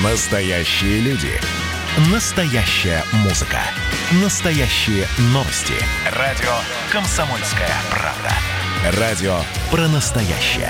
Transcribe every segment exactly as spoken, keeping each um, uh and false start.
Настоящие люди. Настоящая музыка. Настоящие новости. Радио «Комсомольская правда». Радио про настоящее.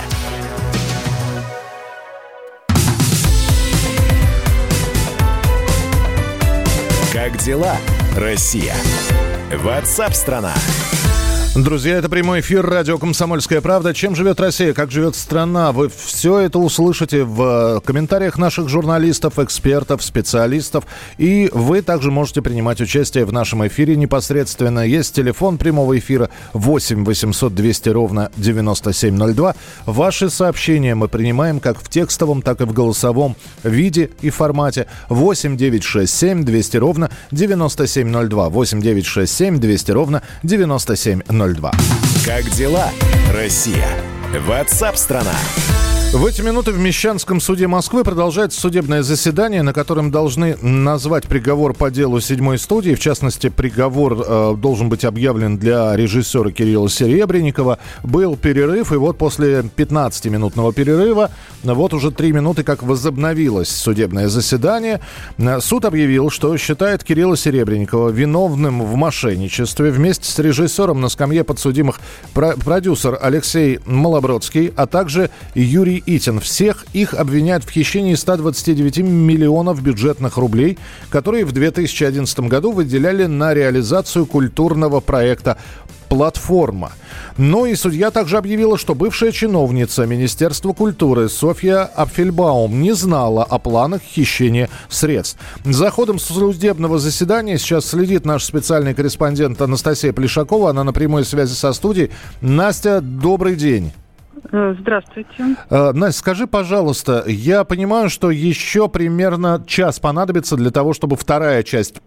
Как дела, Россия? Ватсап-страна! Друзья, это прямой эфир радио «Комсомольская правда». Чем живет Россия, как живет страна? Вы все это услышите в комментариях наших журналистов, экспертов, специалистов. И вы также можете принимать участие в нашем эфире непосредственно. Есть телефон прямого эфира восемь восемьсот двести ровно девяносто семь ноль два. Ваши сообщения мы принимаем как в текстовом, так и в голосовом виде и формате. восемь девятьсот шестьдесят семь двести ровно девяносто семь ноль два. восемь девятьсот шестьдесят семь двести ровно девяносто семь ноль два. Как дела, Россия? Ватсап-страна! В эти минуты в Мещанском суде Москвы продолжается судебное заседание, на котором должны назвать приговор по делу седьмой студии. В частности, приговор э, должен быть объявлен для режиссера Кирилла Серебренникова. Был перерыв, и вот после пятнадцатиминутного перерыва, вот уже три минуты как возобновилось судебное заседание. Суд объявил, что считает Кирилла Серебренникова виновным в мошенничестве. Вместе с режиссером на скамье подсудимых продюсер Алексей Малобродский, а также Юрий Итин. Всех их обвиняют в хищении ста двадцати девяти миллионов бюджетных рублей, которые в две тысячи одиннадцатом году выделяли на реализацию культурного проекта «Платформа». Ну и судья также объявила, что бывшая чиновница Министерства культуры Софья Апфельбаум не знала о планах хищения средств. За ходом судебного заседания сейчас следит наш специальный корреспондент Анастасия Плешакова. Она на прямой связи со студией. Настя, добрый день. Здравствуйте. Настя, скажи, пожалуйста, я понимаю, что еще примерно час понадобится для того, чтобы вторая часть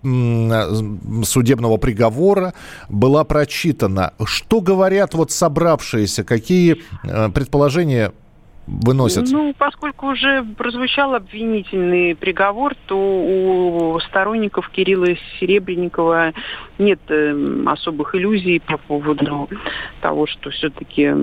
судебного приговора была прочитана. Что говорят вот собравшиеся? Какие предположения выносят? Ну, поскольку уже прозвучал обвинительный приговор, то у сторонников Кирилла Серебренникова нет э, особых иллюзий по поводу того, что все-таки э,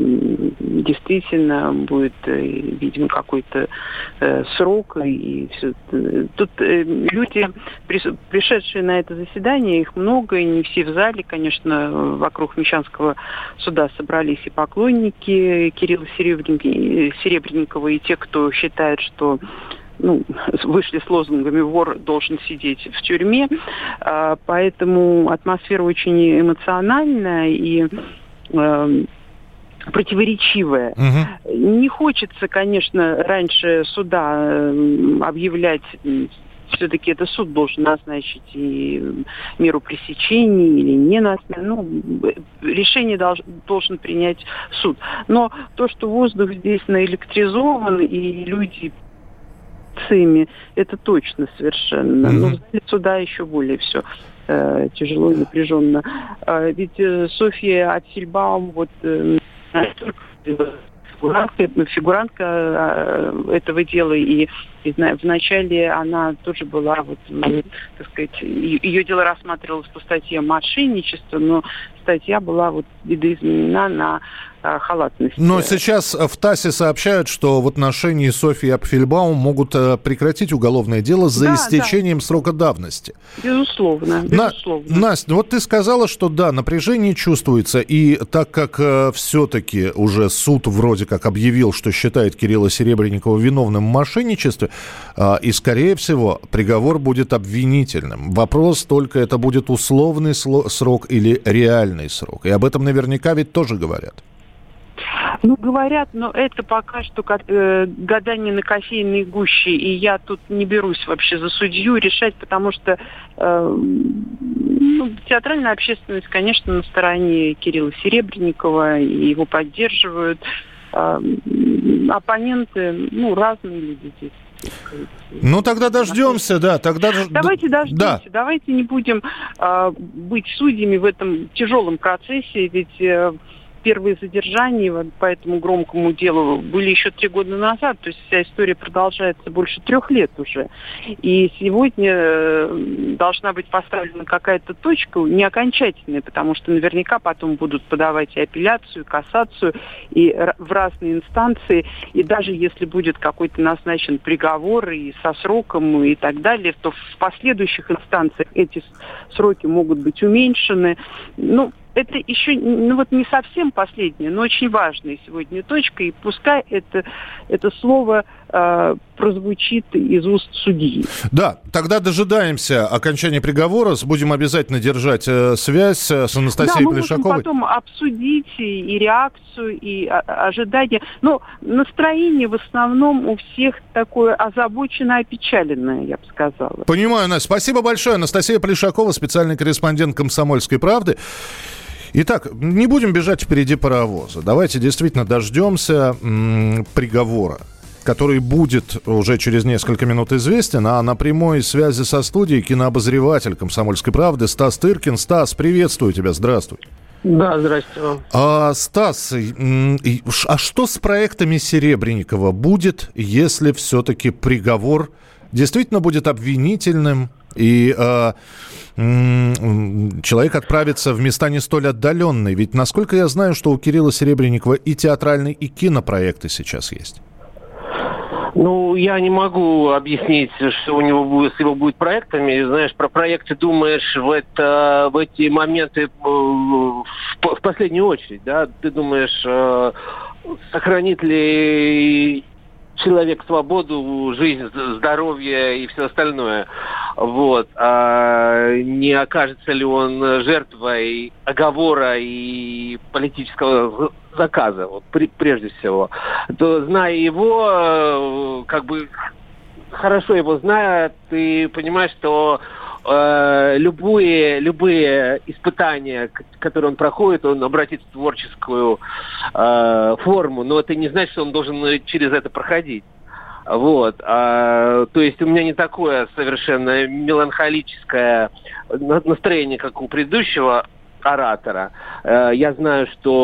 действительно будет, э, видимо, какой-то э, срок. И все. Тут э, люди, пришедшие на это заседание, их много, и не все в зале. Конечно, вокруг Мещанского суда собрались и поклонники Кирилла Серебренникова, Серебренникова, и те, кто считает, что ну, вышли с лозунгами «вор должен сидеть в тюрьме». А, поэтому атмосфера очень эмоциональная и э, противоречивая. Угу. Не хочется, конечно, раньше суда э, объявлять... Все-таки это суд должен назначить и меру пресечения или не назначить. Ну, решение долж, должен принять суд. Но то, что воздух здесь наэлектризован и люди цими, это точно совершенно. Mm-hmm. Но в зале суда еще более все э, тяжело и напряженно. А, ведь э, Софья Апфельбаум вот э, фигурантка, фигурантка э, этого дела, и, и вначале она тоже была, вот, ну, так сказать, ее дело рассматривалось по статье мошенничества, но статья была вот видоизменена на э, халатность. Но сейчас в ТАССе сообщают, что в отношении Софьи Апфельбаум могут э, прекратить уголовное дело за да, истечением да. срока давности. Безусловно, безусловно. На, Настя, вот ты сказала, что да, напряжение чувствуется, и так как э, все-таки уже суд вроде как объявил, что считает Кирилла Серебренникова виновным в мошенничестве, э, и, скорее всего, приговор будет обвинительным. Вопрос только, это будет условный срок или реальный срок. И об этом наверняка ведь тоже говорят. Ну, говорят, но это пока что э, гадание на кофейной гуще, и я тут не берусь вообще за судью решать, потому что э, ну, театральная общественность, конечно, на стороне Кирилла Серебренникова, и его поддерживают. Э, оппоненты, ну, разные люди здесь. Ну, тогда дождемся, да. Тогда... Давайте дождемся, да. Давайте не будем э, быть судьями в этом тяжелом процессе, ведь... Э, первые задержания вот по этому громкому делу были еще три года назад, то есть вся история продолжается больше трех лет уже. И сегодня должна быть поставлена какая-то точка, не окончательная, потому что наверняка потом будут подавать и апелляцию, и кассацию, и в разные инстанции, и даже если будет какой-то назначен приговор и со сроком и так далее, то в последующих инстанциях эти сроки могут быть уменьшены. Ну, это еще, ну вот не совсем последняя, но очень важная сегодня точка, и пускай это, это слово э, прозвучит из уст судьи. Да, тогда дожидаемся окончания приговора, будем обязательно держать э, связь с Анастасией да, Плешаковой. Да, мы можем потом обсудить и, и реакцию, и а, ожидания, но настроение в основном у всех такое озабоченное, опечаленное, я бы сказала. Понимаю, Настя. Спасибо большое. Анастасия Плешакова, специальный корреспондент «Комсомольской правды». Итак, не будем бежать впереди паровоза. Давайте действительно дождемся м- приговора, который будет уже через несколько минут известен. А на прямой связи со студией кинообозреватель «Комсомольской правды» Стас Тыркин. Стас, приветствую тебя, здравствуй. Да, здрасте вам. А, Стас, а что с проектами Серебренникова будет, если все-таки приговор действительно будет обвинительным, и э, м- человек отправится в места не столь отдаленные? Ведь, насколько я знаю, что у Кирилла Серебренникова и театральные, и кинопроекты сейчас есть. Ну, я не могу объяснить, что у него будет, с его будет проектами. Знаешь, про проекты думаешь в, это, в эти моменты в, в последнюю очередь, да? Ты думаешь, э, сохранит ли человек свободу, жизнь, здоровье и все остальное. Вот. А не окажется ли он жертвой оговора и политического заказа, вот, при, прежде всего. То, зная его, как бы хорошо его зная, ты понимаешь, что э, любые, любые испытания, которые он проходит, он обратит в творческую э, форму, но это не значит, что он должен через это проходить. Вот. А, то есть у меня не такое совершенно меланхолическое настроение, как у предыдущего оратора. Я знаю,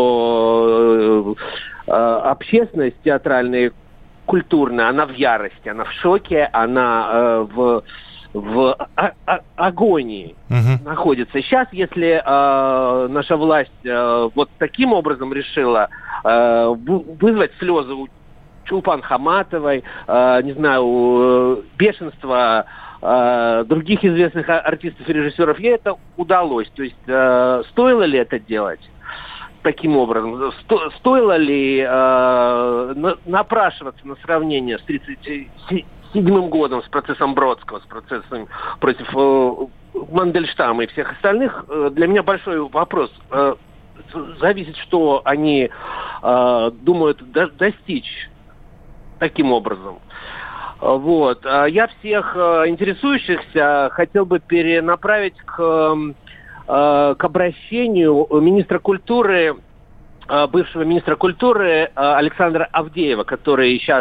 что общественность театральная, культурная, она в ярости, она в шоке, она в, в а- а- агонии uh-huh. находится. Сейчас, если э, наша власть э, вот таким образом решила э, вызвать слезы у Чулпан Хаматовой, э, не знаю, бешенство э, других известных артистов и режиссеров, ей это удалось. То есть э, стоило ли это делать таким образом? Сто, стоило ли э, на, напрашиваться на сравнение с тридцать седьмым годом, с процессом Бродского, с процессом против э, Мандельштама и всех остальных? Э, для меня большой вопрос. Э, зависит, что они э, думают до, достичь таким образом. Вот. Я всех интересующихся хотел бы перенаправить к, к обращению министра культуры, бывшего министра культуры Александра Авдеева, который сейчас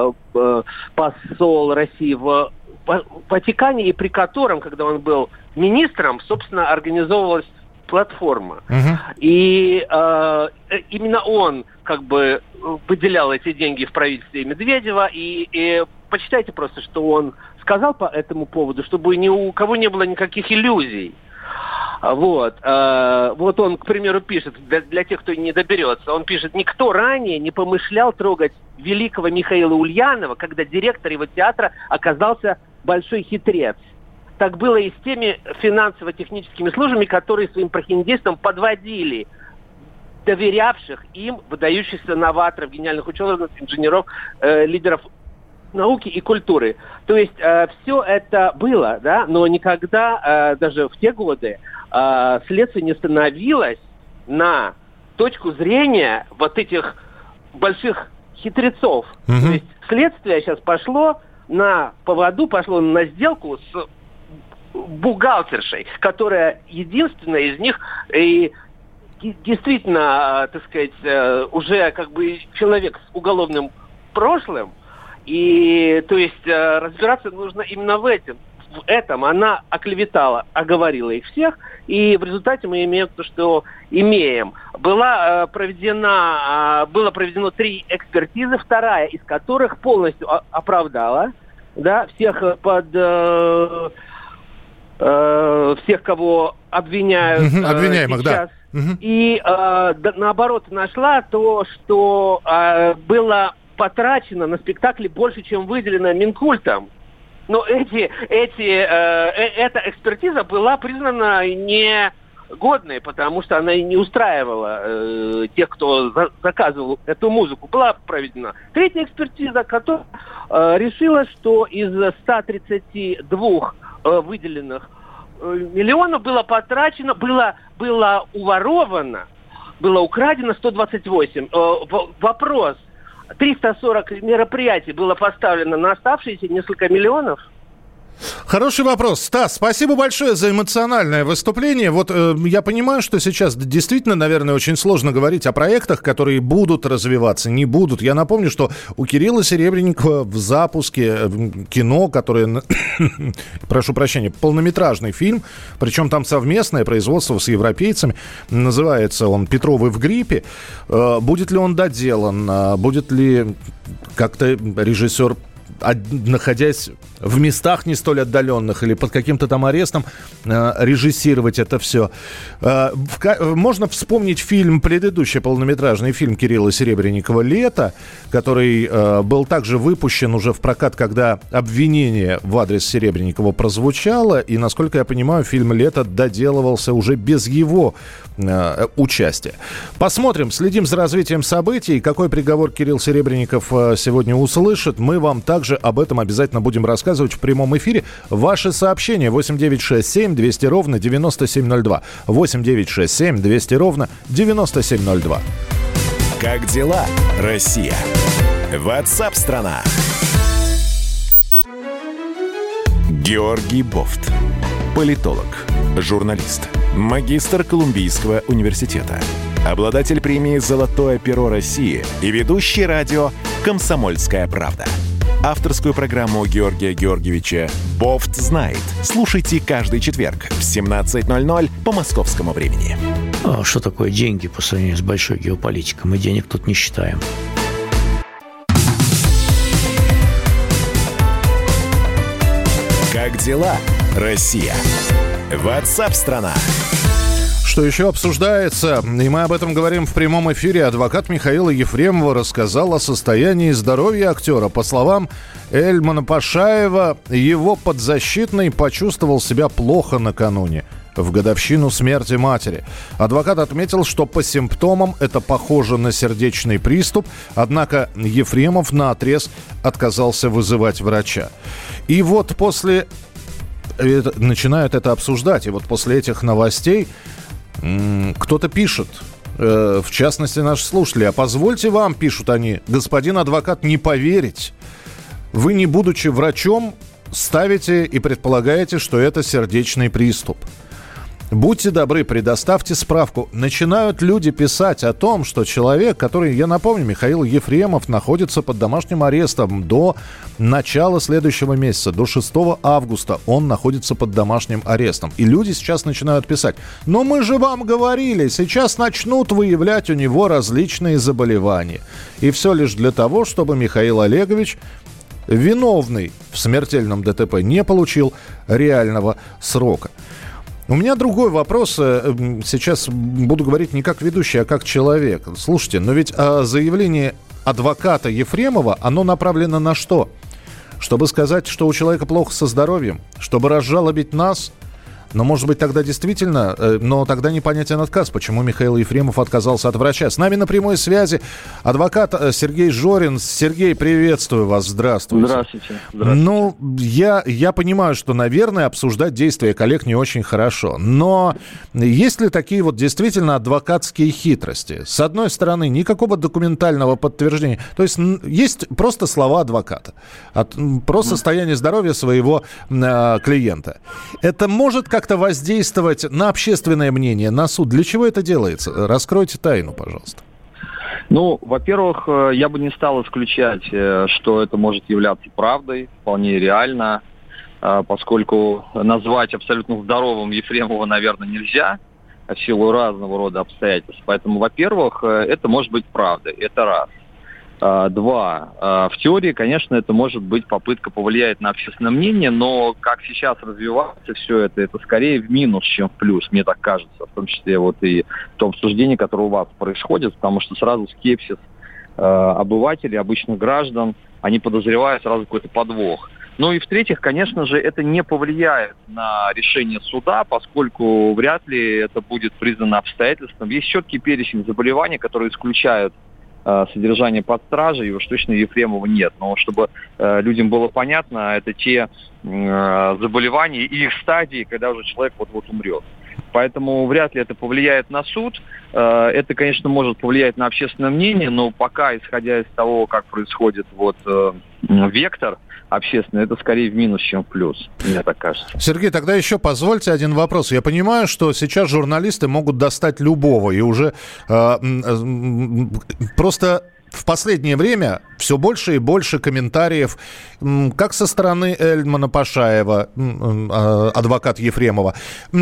посол России в Ватикане, и при котором, когда он был министром, собственно, организовывалась платформа. Uh-huh. И э, именно он как бы выделял эти деньги в правительстве Медведева. И, и почитайте просто, что он сказал по этому поводу, чтобы ни у кого не было никаких иллюзий. Вот. Э, вот он, к примеру, пишет, для, для тех, кто не доберется, он пишет: «Никто ранее не помышлял трогать великого Михаила Ульянова, когда директор его театра оказался большой хитрец. Так было и с теми финансово-техническими службами, которые своим прохиндейством подводили доверявших им выдающихся новаторов, гениальных ученых, инженеров, э, лидеров науки и культуры». То есть э, все это было, да, но никогда, э, даже в те годы, э, следствие не становилось на точку зрения вот этих больших хитрецов. Mm-hmm. То есть следствие сейчас пошло на поводу, пошло на сделку с бухгалтершей, которая единственная из них и действительно, так сказать, уже как бы человек с уголовным прошлым, и то есть разбираться нужно именно в этом, в этом она оклеветала, оговорила их всех, и в результате мы имеем то, что имеем. Была э, проведена, э, было проведено три экспертизы, вторая из которых полностью о- оправдала, да, всех под э, э, всех, кого обвиняют угу, обвиняемых, э, сейчас. Да. Угу. И э, да, наоборот нашла то, что э, было потрачено на спектакле больше, чем выделено Минкультом. Но эти, эти, э, э, эта экспертиза была признана негодной, потому что она не устраивала э, тех, кто за, заказывал эту музыку. Была проведена третья экспертиза, которая э, решила, что из ста тридцати двух э, выделенных э, миллионов было потрачено, было, было уворовано, было украдено сто двадцать восемь. Э, в, вопрос. триста сорок мероприятий было поставлено на оставшиеся несколько миллионов. Хороший вопрос. Стас, спасибо большое за эмоциональное выступление. Вот э, я понимаю, что сейчас действительно, наверное, очень сложно говорить о проектах, которые будут развиваться, не будут. Я напомню, что у Кирилла Серебренникова в запуске кино, которое, прошу прощения, полнометражный фильм, причем там совместное производство с европейцами, называется он «Петровы в гриппе». Э, будет ли он доделан? Будет ли как-то режиссер, находясь в местах не столь отдаленных или под каким-то там арестом, э, режиссировать это все. Э, в, можно вспомнить фильм, предыдущий полнометражный фильм Кирилла Серебренникова «Лето», который э, был также выпущен уже в прокат, когда обвинение в адрес Серебренникова прозвучало, и, насколько я понимаю, фильм «Лето» доделывался уже без его э, участия. Посмотрим, следим за развитием событий. Какой приговор Кирилл Серебренников э, сегодня услышит, мы вам также об этом обязательно будем рассказывать в прямом эфире. Ваши сообщения восемь девятьсот шестьдесят семь двести ровно девяносто семь ноль два. восемь девятьсот шестьдесят семь двести ровно девяносто семь ноль два. Как дела, Россия? Ватсап-страна! Георгий Бофт. Политолог, журналист, магистр Колумбийского университета, обладатель премии «Золотое перо России» и ведущий радио «Комсомольская правда». Авторскую программу Георгия Георгиевича «Бофт знает». Слушайте каждый четверг в семнадцать ноль ноль по московскому времени. А что такое деньги по сравнению с большой геополитикой? Мы денег тут не считаем. Как дела, Россия? Ватсап-страна! Что еще обсуждается, и мы об этом говорим в прямом эфире. Адвокат Михаила Ефремова рассказал о состоянии здоровья актера. По словам Эльмана Пашаева, его подзащитный почувствовал себя плохо накануне, в годовщину смерти матери. Адвокат отметил, что по симптомам это похоже на сердечный приступ, однако Ефремов наотрез отказался вызывать врача. И вот после... Это, начинают это обсуждать, и вот после этих новостей кто-то пишет, э, в частности наши слушатели: а позвольте вам, пишут они, господин адвокат, не поверить. Вы, не будучи врачом, ставите и предполагаете, что это сердечный приступ. Будьте добры, предоставьте справку. Начинают люди писать о том, что человек, который, я напомню, Михаил Ефремов, находится под домашним арестом до начала следующего месяца, до шестого августа он находится под домашним арестом. И люди сейчас начинают писать: но мы же вам говорили, сейчас начнут выявлять у него различные заболевания. И все лишь для того, чтобы Михаил Олегович, виновный в смертельном ДТП, не получил реального срока. У меня другой вопрос. Сейчас буду говорить не как ведущий, а как человек. Слушайте, но ведь заявление адвоката Ефремова, оно направлено на что? Чтобы сказать, что у человека плохо со здоровьем? Чтобы разжалобить нас? Но, может быть, тогда действительно, но тогда непонятен отказ, почему Михаил Ефремов отказался от врача. С нами на прямой связи адвокат Сергей Жорин. Сергей, приветствую вас, здравствуйте. Здравствуйте. Здравствуйте. Ну, я, я понимаю, что, наверное, обсуждать действия коллег не очень хорошо, но есть ли такие вот действительно адвокатские хитрости? С одной стороны, никакого документального подтверждения, то есть есть просто слова адвоката от, про состояние здоровья своего э, клиента. Это может как как-то воздействовать на общественное мнение, на суд? Для чего это делается? Раскройте тайну, пожалуйста. Ну, во-первых, я бы не стал исключать, что это может являться правдой, вполне реально. поскольку назвать абсолютно здоровым Ефремова, наверное, нельзя в силу разного рода обстоятельств. Поэтому, во-первых, это может быть правдой, это раз. Два. В теории, конечно, это может быть попытка повлиять на общественное мнение, но как сейчас развивается все это, это скорее в минус, чем в плюс, мне так кажется. В том числе вот и то обсуждение, которое у вас происходит, потому что сразу скепсис обывателей, обычных граждан, они подозревают сразу какой-то подвох. Ну и в-третьих, конечно же, это не повлияет на решение суда, поскольку вряд ли это будет признано обстоятельством. Есть четкий перечень заболеваний, которые исключают содержание под стражей, и уж точно Ефремова нет. Но чтобы э, людям было понятно, это те э, заболевания и их стадии, когда уже человек вот-вот умрет. Поэтому вряд ли это повлияет на суд. Э, это, конечно, может повлиять на общественное мнение, но пока, исходя из того, как происходит вот э, вектор общественный, это скорее в минус, чем в плюс, мне так кажется. Сергей, тогда еще позвольте один вопрос. Я понимаю, что сейчас журналисты могут достать любого, и уже э, э, просто в последнее время все больше и больше комментариев, как со стороны Эльмана Пашаева, адвокат Ефремова.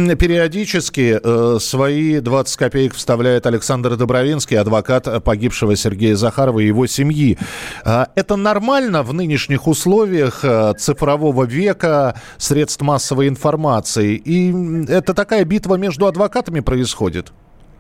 Периодически свои двадцать копеек вставляет Александр Добровинский, адвокат погибшего Сергея Захарова и его семьи. Это нормально в нынешних условиях цифрового века, средств массовой информации? И это такая битва между адвокатами происходит?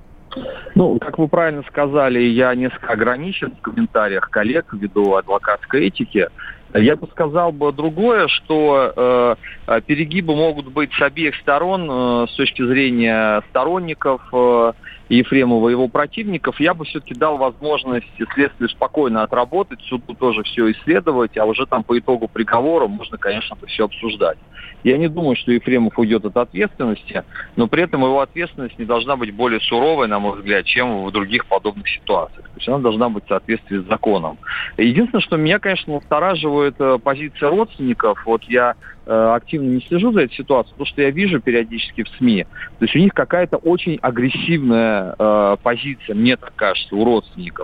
Ну, как вы правильно сказали, я несколько ограничен в комментариях коллег ввиду адвокатской этики. Я бы сказал бы другое, что э, перегибы могут быть с обеих сторон, э, с точки зрения сторонников э, Ефремова и его противников. Я бы все-таки дал возможность следствию спокойно отработать, суду тоже все исследовать, а уже там по итогу приговора можно, конечно, это все обсуждать. Я не думаю, что Ефремов уйдет от ответственности, но при этом его ответственность не должна быть более суровой, на мой взгляд, чем в других подобных ситуациях. То есть она должна быть в соответствии с законом. Единственное, что меня, конечно, настораживает позиция родственников. Вот я э, активно не слежу за этой ситуацией, потому что я вижу периодически в СМИ. То есть у них какая-то очень агрессивная э, позиция, мне так кажется, у родственников.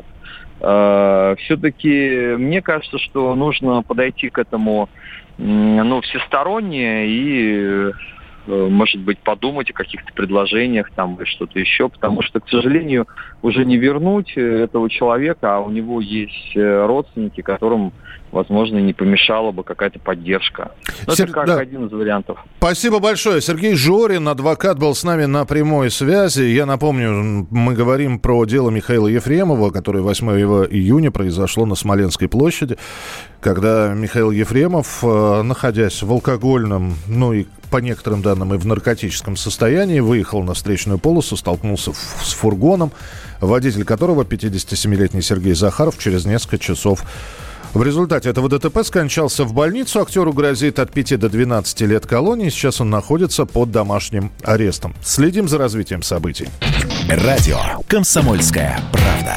Э, все-таки мне кажется, что нужно подойти к этому ну, всесторонне и, может быть, подумать о каких-то предложениях там или что-то еще, потому что, к сожалению, уже не вернуть этого человека, а у него есть родственники, которым, возможно, не помешала бы какая-то поддержка. Но Сер... это как да. один из вариантов. Спасибо большое. Сергей Жорин, адвокат, был с нами на прямой связи. Я напомню, мы говорим про дело Михаила Ефремова, которое восьмого июня произошло на Смоленской площади, когда Михаил Ефремов, находясь в алкогольном, ну и по некоторым данным и в наркотическом состоянии, выехал на встречную полосу, столкнулся с фургоном, водитель которого, пятидесятисемилетний Сергей Захаров, через несколько часов в результате этого ДТП скончался в больницу. Актеру грозит от пяти до двенадцати лет колонии. Сейчас он находится под домашним арестом. Следим за развитием событий. Радио «Комсомольская правда».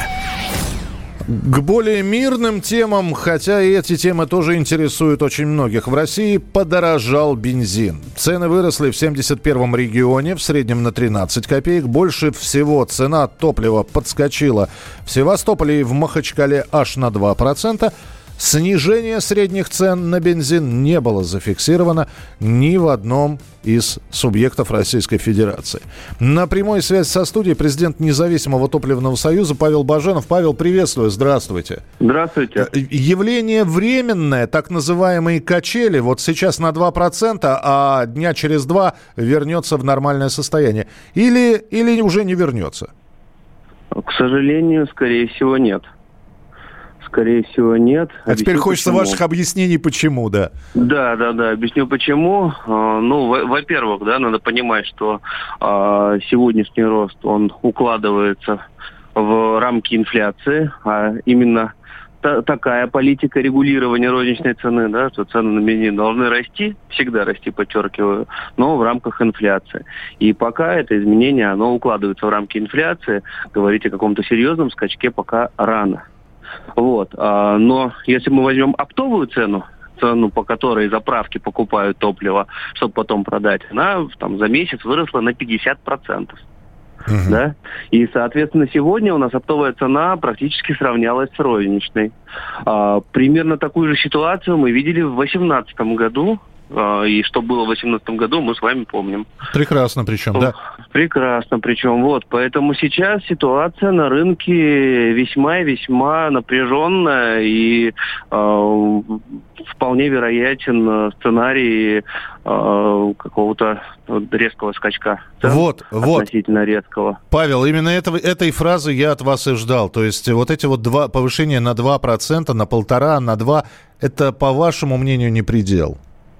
К более мирным темам, хотя и эти темы тоже интересуют очень многих. В России подорожал бензин. Цены выросли в семьдесят первом регионе, в среднем на тринадцать копеек. Больше всего цена топлива подскочила в Севастополе и в Махачкале аж на два процента. Снижение средних цен на бензин не было зафиксировано ни в одном из субъектов Российской Федерации. На прямой связи со студией президент Независимого топливного союза Павел Баженов. Павел, приветствую, здравствуйте. Здравствуйте. Явление временное, так называемые качели, вот сейчас на два процента, а дня через два вернется в нормальное состояние. Или, или уже не вернется? К сожалению, скорее всего, нет. Скорее всего, нет. А Объясню, теперь хочется почему. Ваших объяснений, почему, да? Да, да, да. Объясню, почему. Ну, во-первых, да, надо понимать, что сегодняшний рост, он укладывается в рамки инфляции, а именно та- такая политика регулирования розничной цены, да, что цены на бензин должны расти, всегда расти, подчеркиваю, но в рамках инфляции. И пока это изменение, оно укладывается в рамки инфляции, говорить о каком-то серьезном скачке пока рано. Вот. Но если мы возьмем оптовую цену, цену, по которой заправки покупают топливо, чтобы потом продать, она там за месяц выросла на пятьдесят процентов. Uh-huh. Да? И, соответственно, сегодня у нас оптовая цена практически сравнялась с розничной. А, примерно такую же ситуацию мы видели в две тысячи восемнадцатом году, И что было в две тысячи восемнадцатом году, мы с вами помним. Прекрасно причем, да? Прекрасно причем. Вот. Поэтому сейчас ситуация на рынке весьма и весьма напряженная. И э, вполне вероятен сценарий э, какого-то резкого скачка. Вот, вот. Относительно резкого. Павел, именно этого, этой фразы я от вас и ждал. То есть вот эти вот два, повышения на два процента, на полтора, на два, это, по вашему мнению, не предел?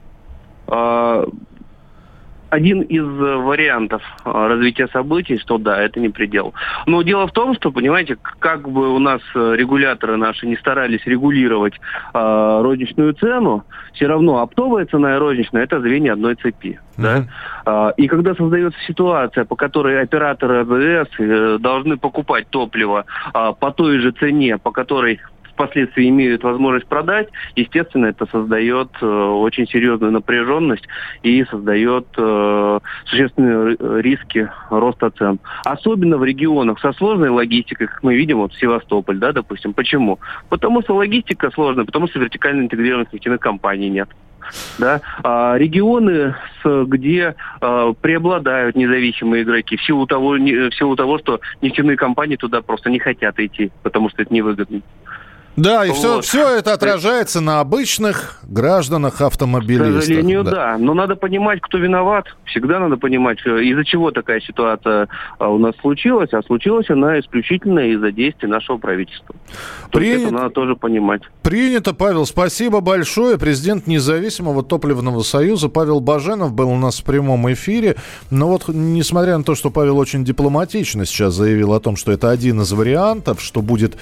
Один из вариантов развития событий, что да, это не предел. Но дело в том, что, понимаете, как бы у нас регуляторы наши не старались регулировать э, розничную цену, все равно оптовая цена и розничная – это звенья одной цепи. Mm-hmm. Да? Э, и когда создается ситуация, по которой операторы АЗС э, должны покупать топливо э, по той же цене, по которой впоследствии имеют возможность продать, естественно, это создает э, очень серьезную напряженность и создает э, существенные риски роста цен. Особенно в регионах со сложной логистикой, как мы видим, вот Севастополь, да, допустим. Почему? Потому что логистика сложная, потому что вертикально интегрированных нефтяных компаний нет. Да? А регионы, с, где а, преобладают независимые игроки, в силу того, не, в силу того, что нефтяные компании туда просто не хотят идти, потому что это невыгодно. Да, и вот. все, все это отражается на обычных гражданах, автомобилистах. К сожалению, да. да. Но надо понимать, кто виноват. Всегда надо понимать, из-за чего такая ситуация у нас случилась. А случилась она исключительно из-за действий нашего правительства. Принято. Это надо тоже понимать. Принято, Павел. Спасибо большое. Президент Независимого топливного союза Павел Баженов был у нас в прямом эфире. Но вот, несмотря на то, что Павел очень дипломатично сейчас заявил о том, что это один из вариантов, что будет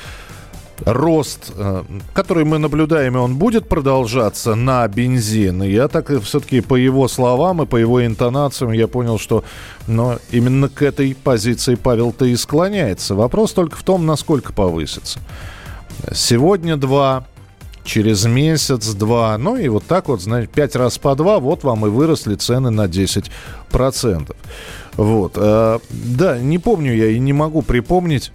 рост, который мы наблюдаем, и он будет продолжаться на бензин. И я так все-таки по его словам и по его интонациям я понял, что но именно к этой позиции Павел-то и склоняется. Вопрос только в том, насколько повысится. Сегодня два, через месяц два, ну и вот так вот, знаете, пять раз по два, вот вам и выросли цены на десять процентов. Вот. Да, не помню я и не могу припомнить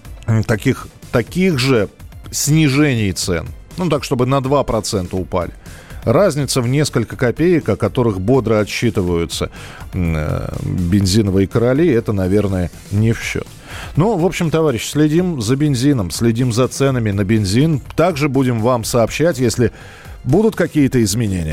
таких таких же снижений цен. Ну, так, чтобы на два процента упали. Разница в несколько копеек, о которых бодро отсчитываются э, бензиновые короли, это, наверное, не в счет. Ну, в общем, товарищи, следим за бензином, следим за ценами на бензин. Также будем вам сообщать, если будут какие-то изменения.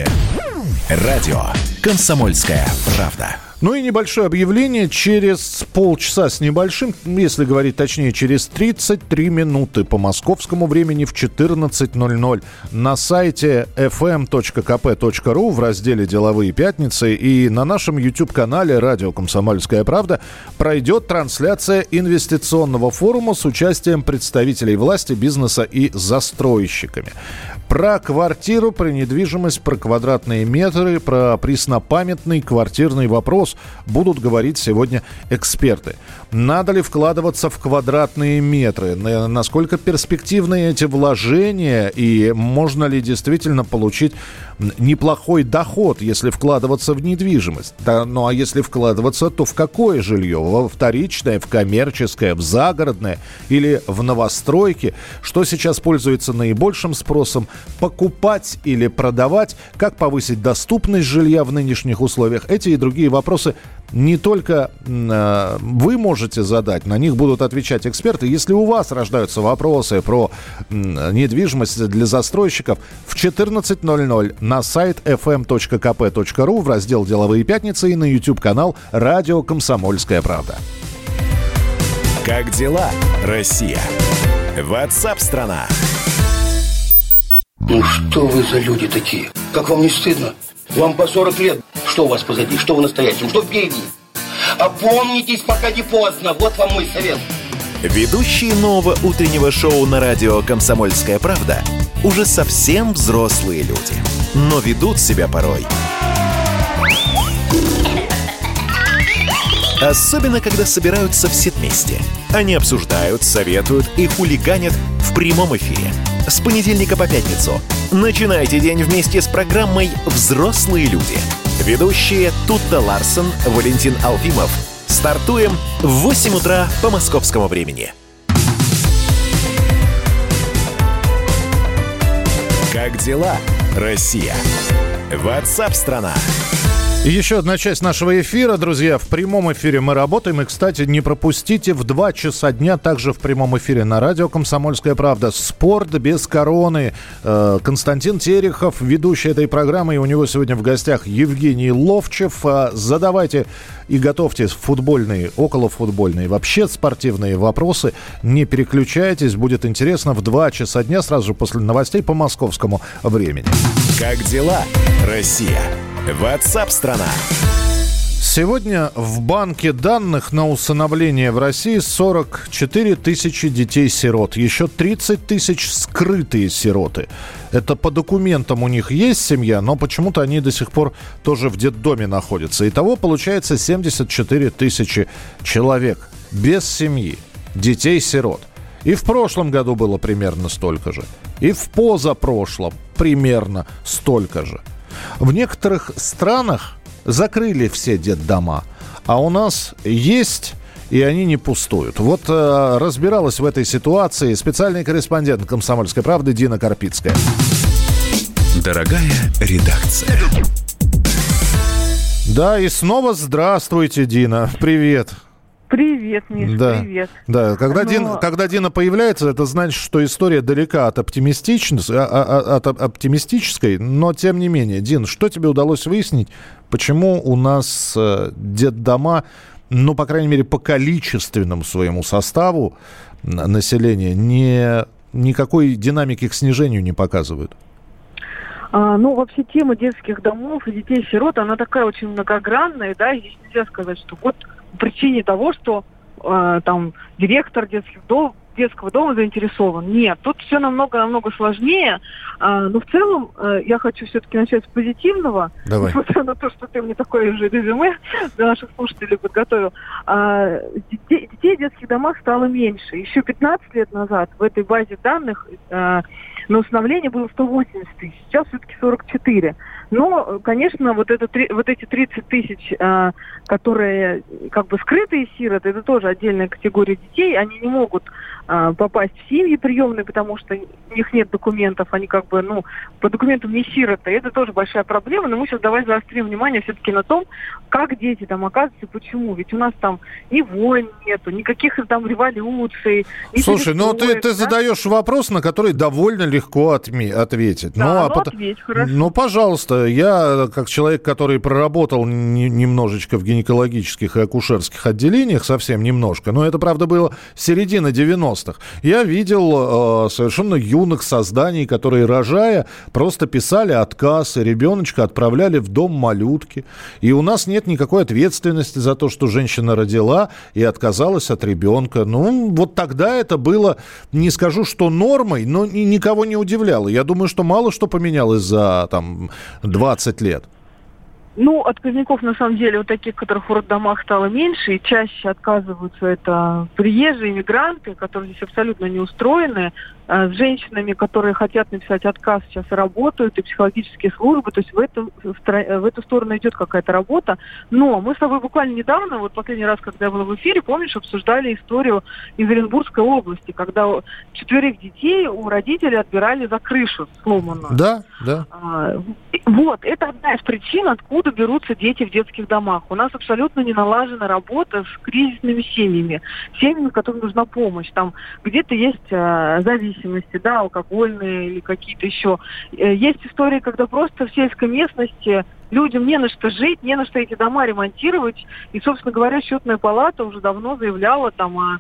Радио «Комсомольская правда». Ну и небольшое объявление. Через полчаса с небольшим, если говорить точнее, через тридцать три минуты по московскому времени в четырнадцать ноль ноль на сайте эф эм точка ка пэ точка ру в разделе «Деловые пятницы» и на нашем YouTube-канале «Радио Комсомольская правда» пройдет трансляция инвестиционного форума с участием представителей власти, бизнеса и застройщиками. Про квартиру, про недвижимость, про квадратные метры, про преснопамятный квартирный вопрос будут говорить сегодня эксперты. Надо ли вкладываться в квадратные метры? Насколько перспективны эти вложения? И можно ли действительно получить неплохой доход, если вкладываться в недвижимость? Да, ну а если вкладываться, то в какое жилье? Во вторичное, в коммерческое, в загородное или в новостройки? Что сейчас пользуется наибольшим спросом? Покупать или продавать? Как повысить доступность жилья в нынешних условиях? Эти и другие вопросы не только э, вы можете задать, на них будут отвечать эксперты. Если у вас рождаются вопросы про э, недвижимость для застройщиков, в четырнадцать ноль ноль на сайт эф эм точка ка пэ точка ру в раздел «Деловые пятницы» и на YouTube-канал «Радио Комсомольская правда». Как дела, Россия? Ватсап-страна! Ну что вы за люди такие? Как вам не стыдно? Вам по сорок лет. Что у вас позади? Что в настоящем? Что впереди? Опомнитесь, пока не поздно. Вот вам мой совет. Ведущие нового утреннего шоу на радио «Комсомольская правда» уже совсем взрослые люди, но ведут себя порой. Особенно, когда собираются все вместе. Они обсуждают, советуют и хулиганят в прямом эфире. С понедельника по пятницу. Начинайте день вместе с программой «Взрослые люди». Ведущие Тутта Ларсон, Валентин Алфимов. Стартуем в восемь утра по московскому времени. Как дела, Россия? WhatsApp-страна. И еще одна часть нашего эфира, друзья. В прямом эфире мы работаем. И, кстати, не пропустите в два часа дня также в прямом эфире на радио «Комсомольская правда». «Спорт без короны». Константин Терехов, ведущий этой программы. И у него сегодня в гостях Евгений Ловчев. Задавайте и готовьте футбольные, околофутбольные, вообще спортивные вопросы. Не переключайтесь, будет интересно. В два часа дня, сразу же после новостей по московскому времени. Как дела, Россия? WhatsApp-страна. Сегодня в банке данных на усыновление в России сорок четыре тысячи детей-сирот. Еще тридцать тысяч скрытые сироты. Это по документам у них есть семья, но почему-то они до сих пор тоже в детдоме находятся. Итого получается семьдесят четыре тысячи человек без семьи, детей-сирот. И в прошлом году было примерно столько же. И в позапрошлом примерно столько же. В некоторых странах закрыли все детдома, а у нас есть, и они не пустуют. Вот э, разбиралась в этой ситуации специальный корреспондент «Комсомольской правды» Дина Карпицкая. Дорогая редакция. Да, и снова здравствуйте, Дина. Привет. Привет, Миш, да, привет. Да, когда, Но... Дина, когда Дина появляется, это значит, что история далека от, оптимистичной, от оптимистической, но тем не менее. Дин, что тебе удалось выяснить, почему у нас детдома, ну, по крайней мере, по количественному своему составу населения, не, никакой динамики к снижению не показывают? А, ну, вообще тема детских домов и детей-сирот, она такая очень многогранная, да, и здесь нельзя сказать, что вот по причине того, что э, там директор детских дом, детского дома заинтересован. Нет, тут все намного-намного сложнее. А, но в целом э, я хочу все-таки начать с позитивного. Давай. Несмотря на то, что ты мне такое уже резюме для наших слушателей подготовил. А, детей, детей в детских домах стало меньше. Еще пятнадцать лет назад в этой базе данных э, на усыновление было сто восемьдесят тысяч. Сейчас все-таки сорок четыре. Но, конечно, вот, это, вот эти тридцать тысяч, э, которые как бы скрытые сироты, это тоже отдельная категория детей. Они не могут э, попасть в семьи приемные, потому что у них нет документов. Они как бы, ну, по документам не сироты. Это тоже большая проблема. Но мы сейчас давай заострим внимание все-таки на том, как дети там оказываются, почему. Ведь у нас там ни войн нету, никаких там революций. Слушай, ну ты, ты да? задаешь вопрос, на который довольно легко отме- ответить. Да, ну, ну, а пот... ответь, хорошо. Ну, пожалуйста. Я, как человек, который проработал не, немножечко в гинекологических и акушерских отделениях, совсем немножко, но это, правда, было середина девяностых, я видел э, совершенно юных созданий, которые, рожая, просто писали отказ, и ребеночка отправляли в дом малютки. И у нас нет никакой ответственности за то, что женщина родила и отказалась от ребенка. Ну, вот тогда это было, не скажу, что нормой, но и никого не удивляло. Я думаю, что мало что поменялось за, там, двадцать лет. Ну, отказников, на самом деле, вот таких, которых в роддомах стало меньше, и чаще отказываются это приезжие, иммигранты, которые здесь абсолютно не устроены, с женщинами, которые хотят написать отказ, сейчас работают, и психологические службы, то есть в эту, в эту сторону идет какая-то работа. Но мы с тобой буквально недавно, вот последний раз, когда я была в эфире, помнишь, обсуждали историю из Оренбургской области, когда четверых детей у родителей отбирали за крышу сломанную. Да, да. А, вот, это одна из причин, откуда берутся дети в детских домах. У нас абсолютно не налажена работа с кризисными семьями, семьями, которым нужна помощь. Там где-то есть а, зависимость, да, алкогольные или какие-то еще. Есть истории, когда просто в сельской местности людям не на что жить, не на что эти дома ремонтировать. И, собственно говоря, счетная палата уже давно заявляла там о,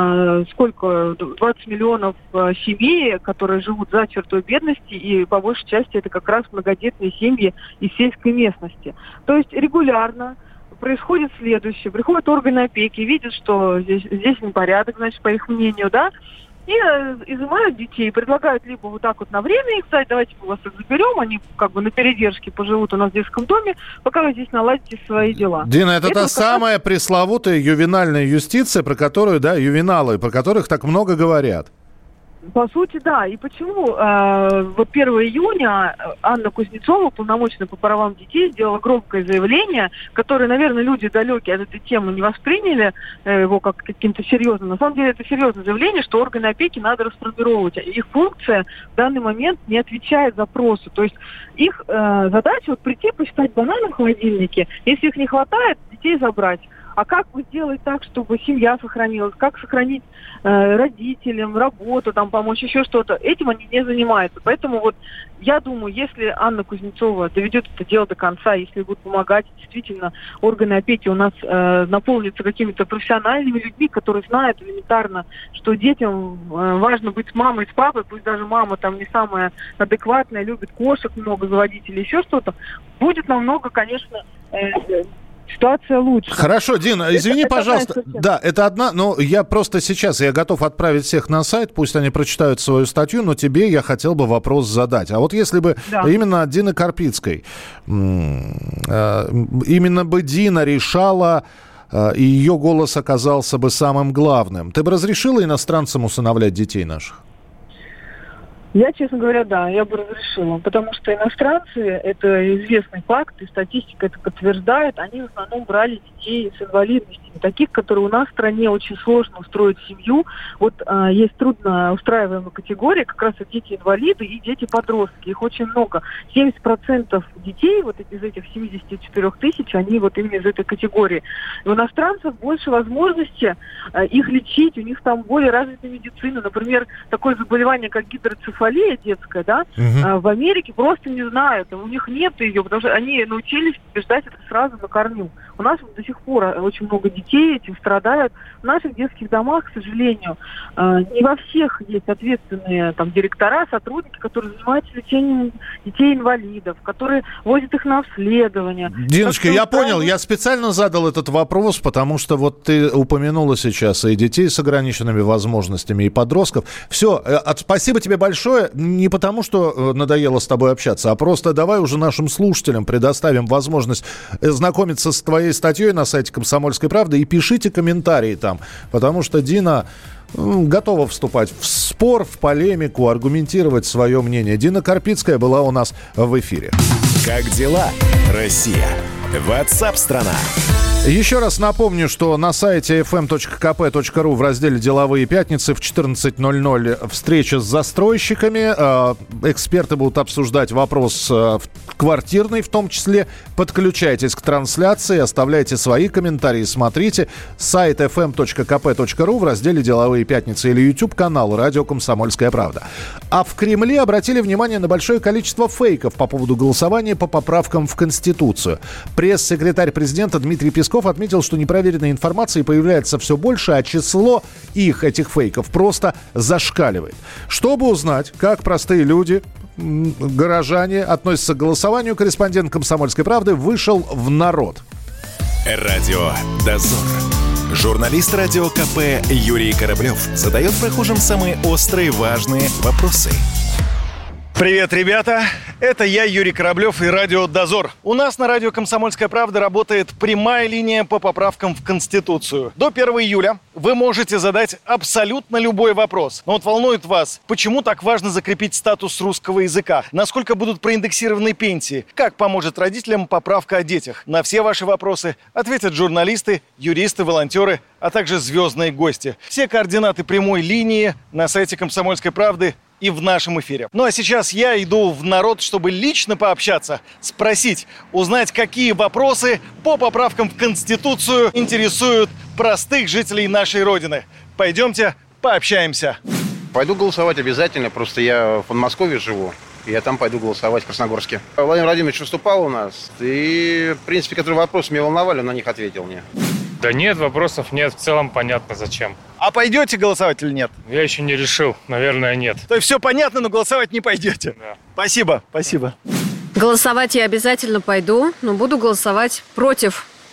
о сколько, двадцать миллионов семей, которые живут за чертой бедности, и по большей части это как раз многодетные семьи из сельской местности. То есть регулярно происходит следующее. Приходят органы опеки, видят, что здесь, здесь непорядок, значит, по их мнению, да, и э, изымают детей, предлагают либо вот так вот на время их сдать, давайте мы вас их заберем, они как бы на передержке поживут у нас в детском доме, пока вы здесь наладите свои дела. Дина, это, это та вот самая раз... пресловутая ювенальная юстиция, про которую, да, ювеналы, про которых так много говорят. По сути, да. И почему? Э, вот первого июня Анна Кузнецова, уполномоченная по правам детей, сделала громкое заявление, которое, наверное, люди далекие от этой темы не восприняли э, его как каким-то серьезным. На самом деле это серьезное заявление, что органы опеки надо расформировать. Их функция в данный момент не отвечает запросу. То есть их э, задача вот прийти, посчитать бананы в холодильнике, если их не хватает, детей забрать. А как бы сделать так, чтобы семья сохранилась, как сохранить э, родителям работу, там, помочь еще что-то, этим они не занимаются. Поэтому вот я думаю, если Анна Кузнецова доведет это дело до конца, если будут помогать, действительно, органы опеки у нас э, наполнятся какими-то профессиональными людьми, которые знают элементарно, что детям э, важно быть с мамой, с папой, пусть даже мама там не самая адекватная, любит кошек много заводить или еще что-то, будет намного, конечно, э, ситуация лучше. Хорошо, Дина, извини, это, пожалуйста. Это да, это одна, но я просто сейчас, я готов отправить всех на сайт, пусть они прочитают свою статью, но тебе я хотел бы вопрос задать. А вот если бы да. именно от Дины Карпицкой, именно бы Дина решала, и ее голос оказался бы самым главным, ты бы разрешила иностранцам усыновлять детей наших? Я, честно говоря, да, я бы разрешила, потому что иностранцы, это известный факт, и статистика это подтверждает, они в основном брали детей с инвалидностями, таких, которые у нас в стране очень сложно устроить семью. Вот а, есть трудно устраиваемая категория, как раз это дети-инвалиды и дети-подростки, их очень много. семьдесят процентов детей вот из этих семьдесят четыре тысяч, они вот именно из этой категории. И у иностранцев больше возможности а, их лечить, у них там более развитая медицина, например, такое заболевание, как гидроцефалия, детская, да, uh-huh. а, в Америке просто не знают, у них нет ее, потому что они научились побеждать это сразу на корню. У нас до сих пор очень много детей этим страдают. В наших детских домах, к сожалению, а, не во всех есть ответственные там директора, сотрудники, которые занимаются лечением детей-инвалидов, которые возят их на обследование. Диночка, я понял, я специально задал этот вопрос, потому что вот ты упомянула сейчас и детей с ограниченными возможностями, и подростков. Все, спасибо тебе большое. Не потому, что надоело с тобой общаться, а просто давай уже нашим слушателям предоставим возможность знакомиться с твоей статьей на сайте «Комсомольской правды» и пишите комментарии там, потому что Дина готова вступать в спор, в полемику, аргументировать свое мнение. Дина Карпицкая была у нас в эфире. Как дела, Россия? WhatsApp-страна. Еще раз напомню, что на сайте эф эм точка ка пэ точка ру в разделе «Деловые пятницы» в четырнадцать ноль ноль встреча с застройщиками. Эксперты будут обсуждать вопрос квартирный в том числе. Подключайтесь к трансляции, оставляйте свои комментарии, смотрите. Сайт эф эм точка ка пэ точка ру в разделе «Деловые пятницы» или YouTube-канал «Радио Комсомольская правда». А в Кремле обратили внимание на большое количество фейков по поводу голосования по поправкам в Конституцию. Пресс-секретарь президента Дмитрий Песков отметил, что непроверенной информации появляется все больше, а число их, этих фейков, просто зашкаливает. Чтобы узнать, как простые люди, горожане относятся к голосованию, корреспондент «Комсомольской правды» вышел в народ. Радио «Дозор». Журналист радио ка пэ Юрий Кораблев задает прохожим самые острые важные вопросы. Привет, ребята! Это я, Юрий Кораблев и Радио «Дозор». У нас на радио «Комсомольская правда» работает прямая линия по поправкам в Конституцию. До первого июля вы можете задать абсолютно любой вопрос. Но вот волнует вас, почему так важно закрепить статус русского языка? Насколько будут проиндексированы пенсии? Как поможет родителям поправка о детях? На все ваши вопросы ответят журналисты, юристы, волонтеры, а также звездные гости. Все координаты прямой линии на сайте «Комсомольской правды» и в нашем эфире. Ну а сейчас я иду в народ, чтобы лично пообщаться, спросить, узнать, какие вопросы по поправкам в Конституцию интересуют простых жителей нашей Родины. Пойдемте пообщаемся. Пойду голосовать обязательно, просто я в Подмосковье живу. Я там пойду голосовать в Красногорске. Владимир Владимирович выступал у нас, и, в принципе, которые вопросы меня волновали, он на них ответил мне. Да нет, вопросов нет. В целом понятно, зачем. А пойдете голосовать или нет? Я еще не решил. Наверное, нет. То есть все понятно, но голосовать не пойдете? Да. Спасибо, спасибо. Голосовать я обязательно пойду, но буду голосовать против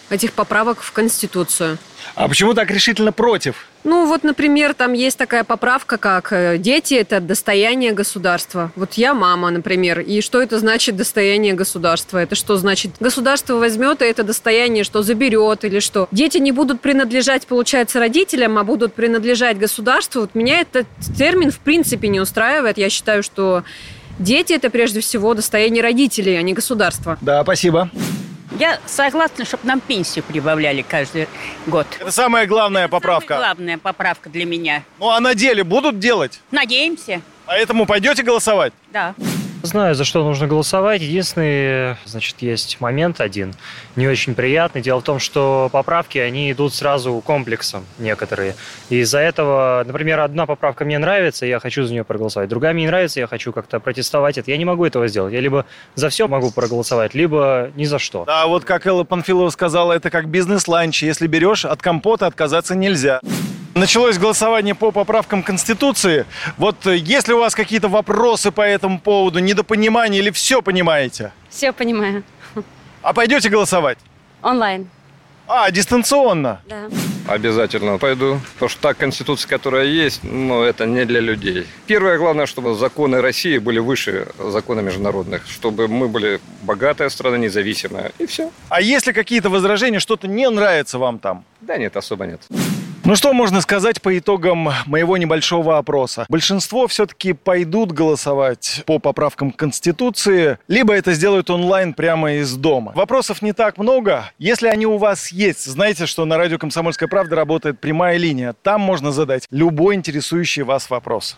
этих поправок в Конституцию. А почему так решительно против? Ну, вот, например, там есть такая поправка, как дети – это достояние государства. Вот я мама, например, и что это значит достояние государства? Это что значит? Государство возьмет и это достояние что, заберет или что? Дети не будут принадлежать, получается, родителям, а будут принадлежать государству. Вот меня этот термин в принципе не устраивает. Я считаю, что дети – это прежде всего достояние родителей, а не государства. Да, спасибо. Я согласна, чтобы нам пенсию прибавляли каждый год. Это самая главная поправка. Самая главная поправка для меня. Ну, а на деле будут делать? Надеемся. Поэтому пойдете голосовать? Да. Знаю, за что нужно голосовать. Единственный, значит, есть момент один, не очень приятный. Дело в том, что поправки, они идут сразу комплексом некоторые. И из-за этого, например, одна поправка мне нравится, я хочу за нее проголосовать. Другая мне не нравится, я хочу как-то протестовать это. Я не могу этого сделать. Я либо за все могу проголосовать, либо ни за что. Да, вот как Элла Панфилова сказала, это как бизнес-ланч. Если берешь, от компота отказаться нельзя. Началось голосование по поправкам Конституции. Вот есть ли у вас какие-то вопросы по этому поводу, недопонимание или все понимаете? Все понимаю. А пойдете голосовать? Онлайн. А, дистанционно? Да. Обязательно пойду, потому что та Конституция, которая есть, ну, это не для людей. Первое, главное, чтобы законы России были выше законов международных, чтобы мы были богатая страна, независимая, и все. А есть ли какие-то возражения, что-то не нравится вам там? Да нет, особо нет. Ну что можно сказать по итогам моего небольшого опроса? Большинство все-таки пойдут голосовать по поправкам Конституции, либо это сделают онлайн прямо из дома. Вопросов не так много. Если они у вас есть, знаете, что на радио «Комсомольская правда» работает прямая линия. Там можно задать любой интересующий вас вопрос.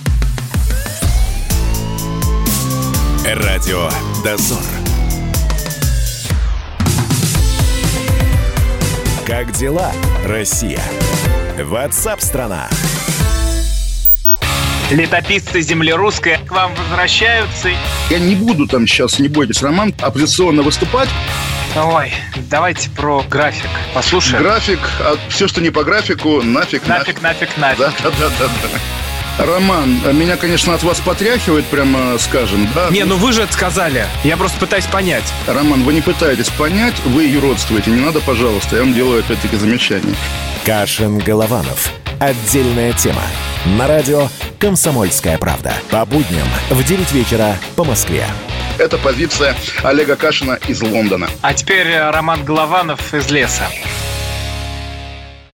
Радио «Дозор». Как дела, Россия? Ватсап-страна! Летописцы земли русской к вам возвращаются. Я не буду там сейчас, не бойтесь, Роман, оппозиционно выступать. Ой, давайте про график послушаем. График, а все, что не по графику, нафиг, нафиг. Нафиг, нафиг, нафиг. Да, да, да, да, да. Роман, меня, конечно, от вас потряхивает, прямо скажем, да? Не, ну вы же это сказали. Я просто пытаюсь понять. Роман, вы не пытаетесь понять, вы юродствуете. Не надо, пожалуйста, я вам делаю опять-таки замечание. Кашин-Голованов. Отдельная тема. На радио «Комсомольская правда». По будням в девять вечера по Москве. Это позиция Олега Кашина из Лондона. А теперь Роман Голованов из леса.